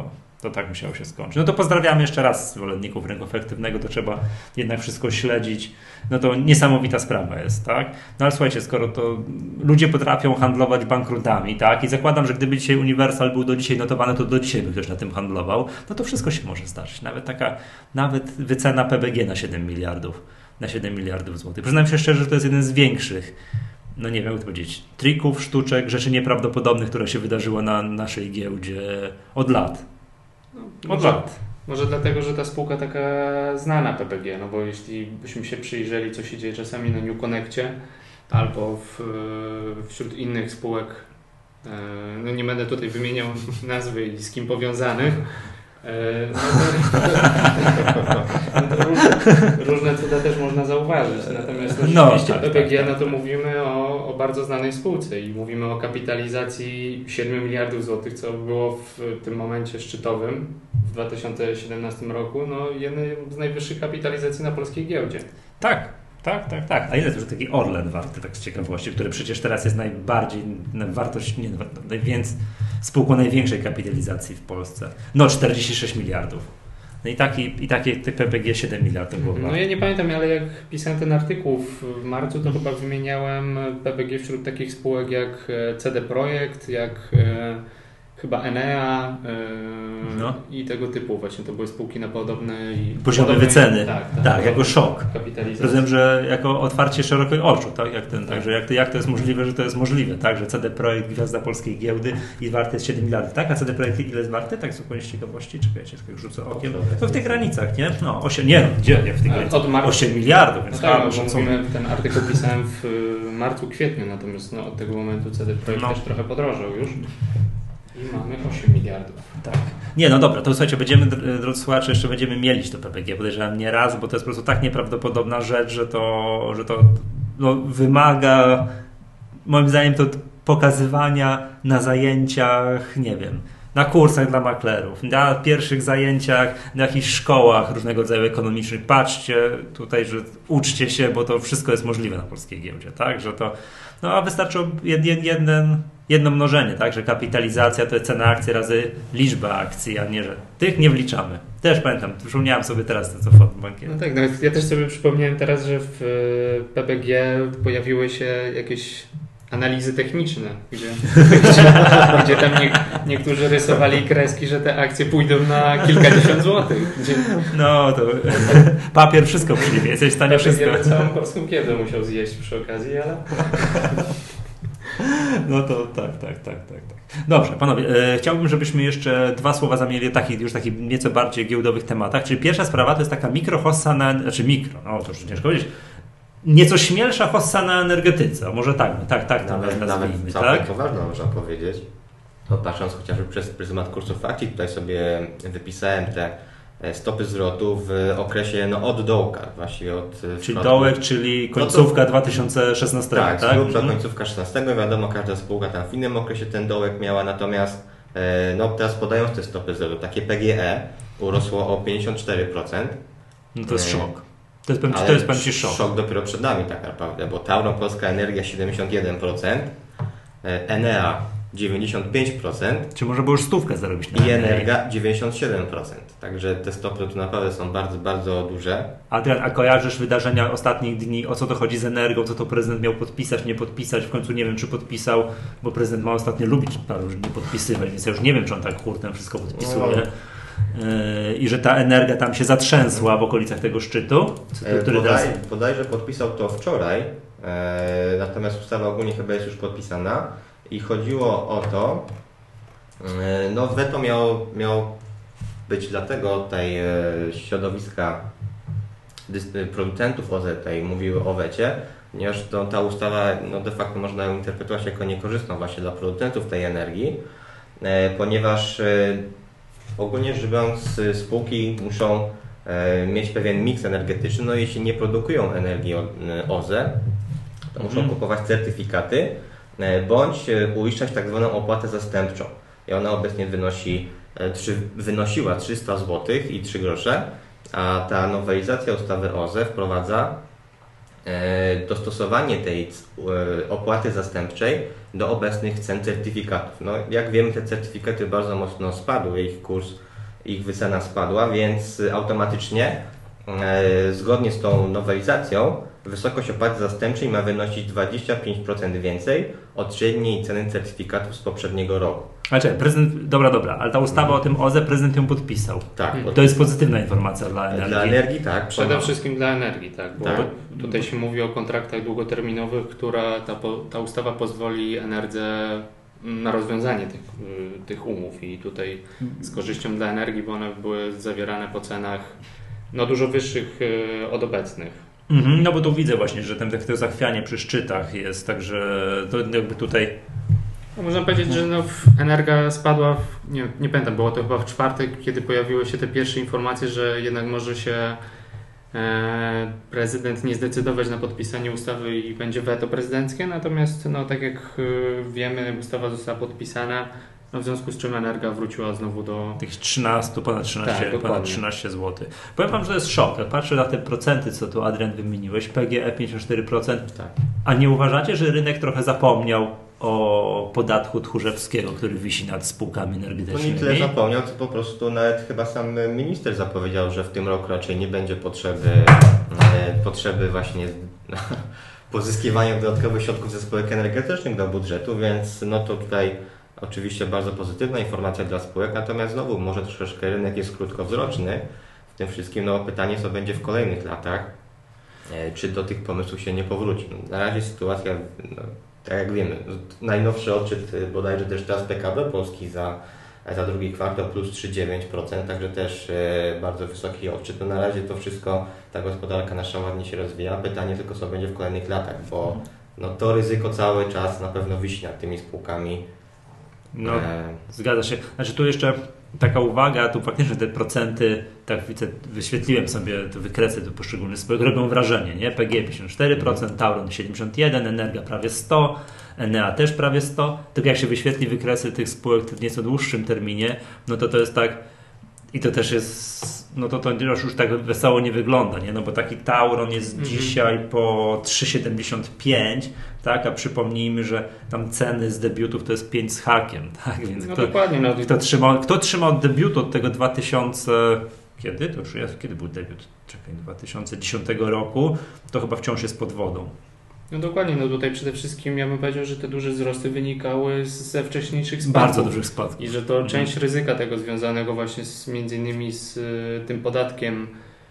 To tak musiało się skończyć. No to pozdrawiamy jeszcze raz zwolenników rynku efektywnego, to trzeba jednak wszystko śledzić. No to niesamowita sprawa jest, tak? No ale słuchajcie, skoro to ludzie potrafią handlować bankrutami, tak? I zakładam, że gdyby dzisiaj Universal był do dzisiaj notowany, to do dzisiaj by ktoś na tym handlował, no to wszystko się może zdarzyć. Nawet taka, nawet wycena P B G na siedem miliardów, na siedem miliardów złotych. Przyznam się szczerze, że to jest jeden z większych, no nie wiem jak to powiedzieć, trików, sztuczek, rzeczy nieprawdopodobnych, które się wydarzyło na naszej giełdzie od lat. No, od może, lat. Może dlatego, że ta spółka taka znana P P G, no bo jeśli byśmy się przyjrzeli, co się dzieje czasami na New Connectie albo w, wśród innych spółek, no nie będę tutaj wymieniał nazwy i z kim powiązanych, no to, no to różne, różne cuda też można zauważyć. Natomiast no, rzeczywiście no, tak, P P G, tak, tak, no to mówimy o, o bardzo znanej spółce i mówimy o kapitalizacji siedmiu miliardów złotych, co było w tym momencie szczytowym w dwa tysiące siedemnastym roku, no jednej z najwyższych kapitalizacji na polskiej giełdzie. Tak. Tak, tak, tak. A ile to już taki Orlen warty, tak z ciekawości, który przecież teraz jest najbardziej, wartość, nie, najwięcej, spółką największej kapitalizacji w Polsce. No czterdzieści sześć miliardów. No i taki, i takie P P G siedem miliardów było. No ja nie pamiętam, ale jak pisałem ten artykuł w marcu, to chyba wymieniałem P P G wśród takich spółek jak C D Projekt, jak e, chyba Enea e, no. i tego typu właśnie. To były spółki na podobnej... Poziomy podobnej, wyceny. Tak, tak, tak jako szok. Rozumiem, że jako otwarcie szerokich oczu, tak? Jak, ten, tak. Tak, że jak, to, jak to jest możliwe, że to jest możliwe, tak? Że C D Projekt, gwiazda polskiej giełdy i warte jest siedem miliardów, tak? A C D Projekt ile jest warte? Tak zupełnie z ciekawości. Czekajcie, tak rzucę okiem. No w tych granicach, nie? No osiem, nie, gdzie? Nie, w tych granicach. Od marca, osiem miliardów, więc no tak, no, mówimy, ten artykuł pisałem w marcu, kwietniu, natomiast no, od tego momentu C D Projekt no. też trochę podrożał już. I mamy osiem miliardów. Tak. Nie, no dobra, to słuchajcie, będziemy, drodzy słuchacze, jeszcze będziemy mielić to P P G, podejrzewam nie raz, bo to jest po prostu tak nieprawdopodobna rzecz, że to, że to no, wymaga, moim zdaniem, to pokazywania na zajęciach, nie wiem, na kursach dla maklerów, na pierwszych zajęciach, na jakichś szkołach różnego rodzaju ekonomicznych. Patrzcie tutaj, że uczcie się, bo to wszystko jest możliwe na polskiej giełdzie, tak, że to, no a wystarczy jeden, jeden jedno mnożenie, tak, że kapitalizacja to jest cena akcji razy liczba akcji, a nie, że tych nie wliczamy. Też pamiętam, przypomniałem sobie teraz to, co w bankiecie. No tak, nawet ja też sobie przypomniałem teraz, że w P P G pojawiły się jakieś analizy techniczne, gdzie, gdzie, gdzie tam nie, niektórzy rysowali kreski, że te akcje pójdą na kilkadziesiąt złotych. Gdzie... No to papier wszystko przyjmie, jesteś w stanie wszystko. Ja całą polską giełdę musiał zjeść przy okazji, ale... No to tak, tak, tak, tak, tak. Dobrze, panowie, e, chciałbym, żebyśmy jeszcze dwa słowa zamieli o takich już takich nieco bardziej giełdowych tematach. Czyli pierwsza sprawa to jest taka mikrohossa na, znaczy mikro, no to już ciężko powiedzieć, nieco śmielsza hossa na energetyce, może tak, tak, tak, to nawet, nazwijmy, nawet całkiem tak? poważna można powiedzieć. No, patrząc chociażby przez pryzmat kursów akcji, tutaj sobie wypisałem te stopy zwrotu w okresie no, od dołka, właściwie od... Czyli dołek, czyli końcówka no to, dwa tysiące szesnastego, tak? Tak, grubsza mm. końcówka szesnastego, wiadomo, każda spółka tam w innym okresie ten dołek miała, natomiast no teraz podając te stopy zwrotu, takie P G E urosło o pięćdziesiąt cztery procent. No to jest szok. To jest, to jest powiem Ci szok. Szok dopiero przed nami tak naprawdę, bo Tauron Polska Energia siedemdziesiąt jeden procent, Enea dziewięćdziesiąt pięć procent. Czy może było już stówkę zarobić na i Energa dziewięćdziesiąt siedem procent. Także te stopy tu naprawdę są bardzo, bardzo duże. Adrian, a kojarzysz wydarzenia ostatnich dni? O co to chodzi z Energą? Co to prezydent miał podpisać, nie podpisać? W końcu nie wiem, czy podpisał, bo prezydent ma ostatnio lubić paru nie podpisywać, więc ja już nie wiem, czy on tak hurtem wszystko podpisuje. No. Yy, I że ta Energa tam się zatrzęsła w okolicach tego szczytu. Który Podaj, teraz... Bodajże podpisał to wczoraj, yy, natomiast ustawa ogólnie chyba jest już podpisana. I chodziło o to, no weto miało, miało być dlatego tej środowiska producentów O Z T mówiły o wecie, ponieważ to, ta ustawa no de facto można ją interpretować jako niekorzystną właśnie dla producentów tej energii, ponieważ ogólnie rzecz biorąc spółki muszą mieć pewien miks energetyczny, no jeśli nie produkują energii O Z E, to muszą mhm. kupować certyfikaty, bądź uiszczać tak zwaną opłatę zastępczą. I ona obecnie wynosi, wynosiła trzysta złotych i trzy grosze, a ta nowelizacja ustawy O Z E wprowadza dostosowanie tej opłaty zastępczej do obecnych cen certyfikatów. No, jak wiemy, te certyfikaty bardzo mocno spadły, ich kurs ich wycena spadła, więc automatycznie e, zgodnie z tą nowelizacją wysokość opłaty zastępczej ma wynosić dwadzieścia pięć procent więcej od średniej ceny certyfikatów z poprzedniego roku. Ale czekaj, prezydent, dobra, dobra, ale ta ustawa hmm. o tym O Z E prezydent ją podpisał. Tak. Hmm. To jest pozytywna informacja dla energii. Dla energii, tak. Przede wszystkim dla energii, tak. Bo tak. tutaj się mówi o kontraktach długoterminowych, która ta, ta ustawa pozwoli Enerdze na rozwiązanie tych, tych umów i tutaj z korzyścią dla energii, bo one były zawierane po cenach no, dużo wyższych od obecnych. Mhm, no bo tu widzę właśnie, że ten, to zachwianie przy szczytach jest, także to jakby tutaj... No, można powiedzieć, że no, Energa spadła, w, nie, nie pamiętam, było to chyba w czwartek, kiedy pojawiły się te pierwsze informacje, że jednak może się e, prezydent nie zdecydować na podpisanie ustawy i będzie weto prezydenckie, natomiast no, tak jak e, wiemy, ustawa została podpisana, no, w związku z czym Energa wróciła znowu do... Tych trzynaście, ponad trzynaście, tak, ponad trzynaście złotych. Powiem wam, że to jest szok. Jak patrzę na te procenty, co tu Adrian wymieniłeś, P G E pięćdziesiąt cztery procent, tak. A nie uważacie, że rynek trochę zapomniał o podatku Tchórzewskiego, który wisi nad spółkami energetycznymi? To nie tyle zapomniał, co po prostu nawet chyba sam minister zapowiedział, że w tym roku raczej nie będzie potrzeby, e, potrzeby właśnie pozyskiwania dodatkowych środków ze spółek energetycznych do budżetu, więc no to tutaj oczywiście bardzo pozytywna informacja dla spółek, natomiast znowu może troszeczkę rynek jest krótkowzroczny w tym wszystkim. No pytanie, co będzie w kolejnych latach, e, czy do tych pomysłów się nie powróci. No, na razie sytuacja, no, tak jak wiemy, najnowszy odczyt bodajże też teraz P K B Polski za, za drugi kwartał plus trzy przecinek dziewięć procent, także też e, bardzo wysoki odczyt. No, na razie to wszystko, ta gospodarka nasza ładnie się rozwija. Pytanie tylko, co będzie w kolejnych latach, bo no, to ryzyko cały czas na pewno wisi nad tymi spółkami. No, zgadza się. Znaczy tu jeszcze taka uwaga, tu faktycznie te procenty, tak widzę, wyświetliłem sobie te wykresy do poszczególnych spółek, robią wrażenie, nie? P G E pięćdziesiąt cztery procent, Tauron siedemdziesiąt jeden procent, Energa prawie sto procent, Enea też prawie sto procent. Tylko jak się wyświetli wykresy tych spółek w nieco dłuższym terminie, no to to jest tak, i to też jest, no to to już tak wesoło nie wygląda, nie? No bo taki Tauron jest mm-hmm. dzisiaj po trzy siedemdziesiąt pięć, tak? A przypomnijmy, że tam ceny z debiutów to jest pięć z hakiem, tak? Więc no kto, dokładnie. No. Kto, trzyma, kto trzyma od debiutu od tego dwa tysiące... Kiedy? To już jest, kiedy był debiut? Czekaj, dwa tysiące dziesiątego roku, to chyba wciąż jest pod wodą. No dokładnie, no tutaj przede wszystkim ja bym powiedział, że te duże wzrosty wynikały ze wcześniejszych spadków. Bardzo dużych spadków. I że to mhm. część ryzyka tego związanego właśnie z, między innymi z y, tym podatkiem,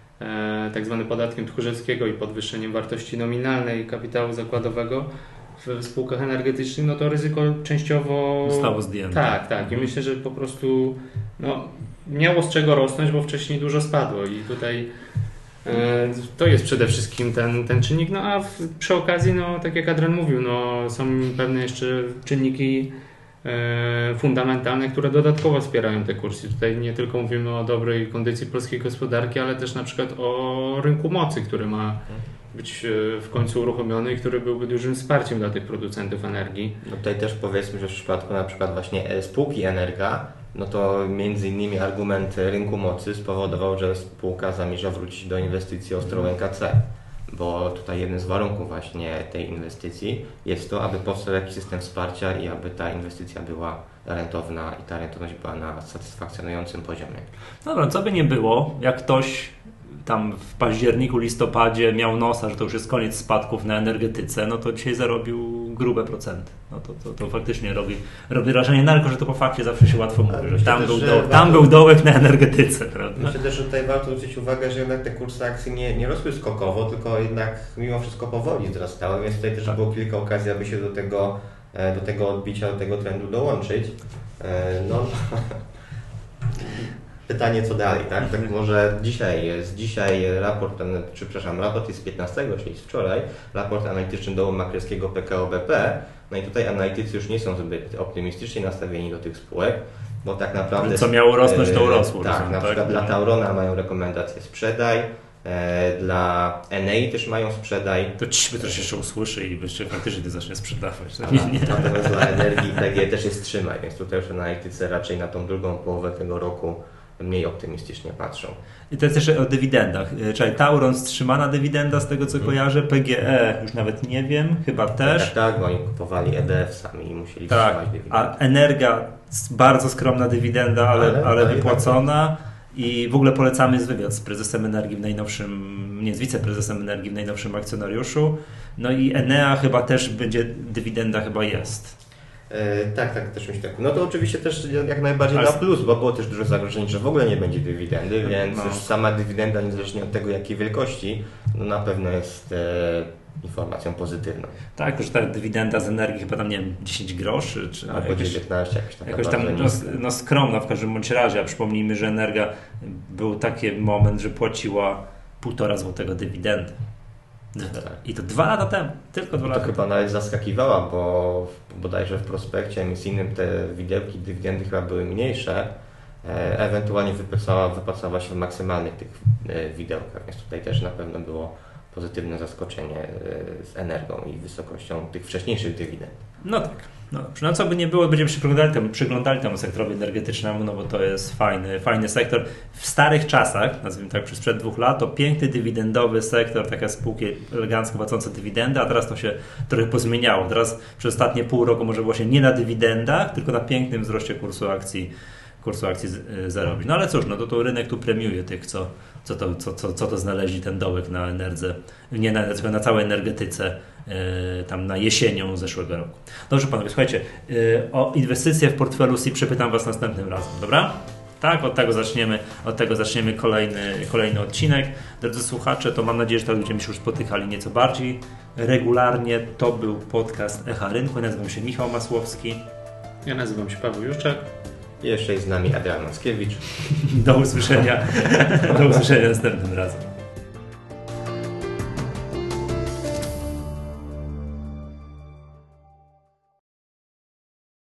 e, tak zwanym podatkiem Tchórzewskiego i podwyższeniem wartości nominalnej kapitału zakładowego w spółkach energetycznych, no to ryzyko częściowo... Zostało zdjęte. Tak, tak. I myślę, że po prostu no, miało z czego rosnąć, bo wcześniej dużo spadło i tutaj to jest przede wszystkim ten, ten czynnik, no a w, przy okazji, no tak jak Adrian mówił, no są pewne jeszcze czynniki e, fundamentalne, które dodatkowo wspierają te kursy. Tutaj nie tylko mówimy o dobrej kondycji polskiej gospodarki, ale też na przykład o rynku mocy, który ma być w końcu uruchomiony i który byłby dużym wsparciem dla tych producentów energii. No tutaj też powiedzmy, że w przypadku na przykład właśnie spółki Energa, no to między innymi argument rynku mocy spowodował, że spółka zamierza wrócić do inwestycji Ostrołęka C, bo tutaj jednym z warunków właśnie tej inwestycji jest to, aby powstał jakiś system wsparcia i aby ta inwestycja była rentowna i ta rentowność była na satysfakcjonującym poziomie. Dobra, co by nie było, jak ktoś tam w październiku, listopadzie miał nosa, że to już jest koniec spadków na energetyce, no to dzisiaj zarobił grube procenty. No to, to, to faktycznie robi, robi wrażenie, no tylko że to po fakcie zawsze się łatwo mówi, że tam, też, był, że dołek, tam warto, był dołek na energetyce. Prawda? Myślę też, że tutaj warto zwrócić uwagę, że jednak te kursy akcji nie, nie rosły skokowo, tylko jednak mimo wszystko powoli wzrastały, więc tutaj też tak. było kilka okazji, aby się do tego, do tego odbicia, do tego trendu dołączyć. No... Pytanie, co dalej, tak? Tak może dzisiaj jest, dzisiaj raport, czy przepraszam, raport jest z piętnastego, czyli z wczoraj, raport analityczny dołu maklerskiego P K O B P. No i tutaj analitycy już nie są zbyt optymistycznie nastawieni do tych spółek, bo tak naprawdę... Co miało rosnąć, to urosło. Tak, rozumiem, na tak? przykład dla Taurona mają rekomendację sprzedaj, e, dla Enei też mają sprzedaj. To ci to jeszcze usłyszy i jeszcze faktycznie ty zacznie sprzedawać. Tak? Nie, nie. Natomiast dla Energii P G też jest trzymaj, więc tutaj już analitycy raczej na tą drugą połowę tego roku mniej optymistycznie patrzą. I to jest jeszcze o dywidendach. Czyli Tauron wstrzymana dywidenda z tego co hmm. kojarzę, P G E już nawet nie wiem, chyba też. Tak, tak, bo oni kupowali E D F sami i musieli tak, wstrzymać dywidendę. A Energa bardzo skromna dywidenda, ale, ale, ale wypłacona. I w ogóle polecamy jest wywiad z prezesem Energii w najnowszym, nie z wiceprezesem Energii w najnowszym akcjonariuszu. No i Enea chyba też będzie, dywidenda chyba jest. E, tak, tak, też myślę. No to oczywiście też jak najbardziej Ale... na plus, bo było też dużo zagrożeń, że w ogóle nie będzie dywidendy, więc no. już sama dywidenda, niezależnie od tego jakiej wielkości, no na pewno jest e, informacją pozytywną. Tak, że ta dywidenda z Energii chyba tam, nie wiem, dziesięć groszy, czy albo jakieś, dziewiętnaście, jakoś, taka jakoś tam no, no skromna w każdym bądź razie, a przypomnijmy, że Energa był taki moment, że płaciła półtora złotego dywidendy. I to dwa lata temu, tylko dwa I lata to temu. chyba nawet zaskakiwała, bo bodajże w prospekcie emisyjnym te widełki, dywidendy chyba były mniejsze, e, ewentualnie wypłacała, wypłacała się w maksymalnych tych e, widełkach, więc tutaj też na pewno było pozytywne zaskoczenie e, z Energią i wysokością tych wcześniejszych dywidend. No tak. No dobrze. No co by nie było, będziemy się przyglądali temu, przyglądali temu sektorowi energetycznemu, no bo to jest fajny, fajny sektor. W starych czasach, nazwijmy tak, przez sprzed dwóch lat, to piękny dywidendowy sektor, takie spółki elegancko płacące dywidendy, a teraz to się trochę pozmieniało. Teraz przez ostatnie pół roku może było się nie na dywidendach, tylko na pięknym wzroście kursu akcji, kursu akcji zarobić. No ale cóż, no to, to rynek tu premiuje tych, co, co, to, co, co, co to znaleźli ten dołek na Enerdze, nie na Enerdze, na całej energetyce, yy, tam na jesienią zeszłego roku. Dobrze panowie, słuchajcie, yy, o inwestycje w portfelu S I przepytam was następnym razem, dobra? Tak, od tego zaczniemy, od tego zaczniemy kolejny, kolejny odcinek. Drodzy słuchacze, to mam nadzieję, że to będziemy się już spotykali nieco bardziej regularnie. To był podcast Echa Rynku. Nazywam się Michał Masłowski. Ja nazywam się Paweł Juszczak. I jeszcze jest z nami Adrian Mackiewicz. Do usłyszenia. Do usłyszenia następnym razem.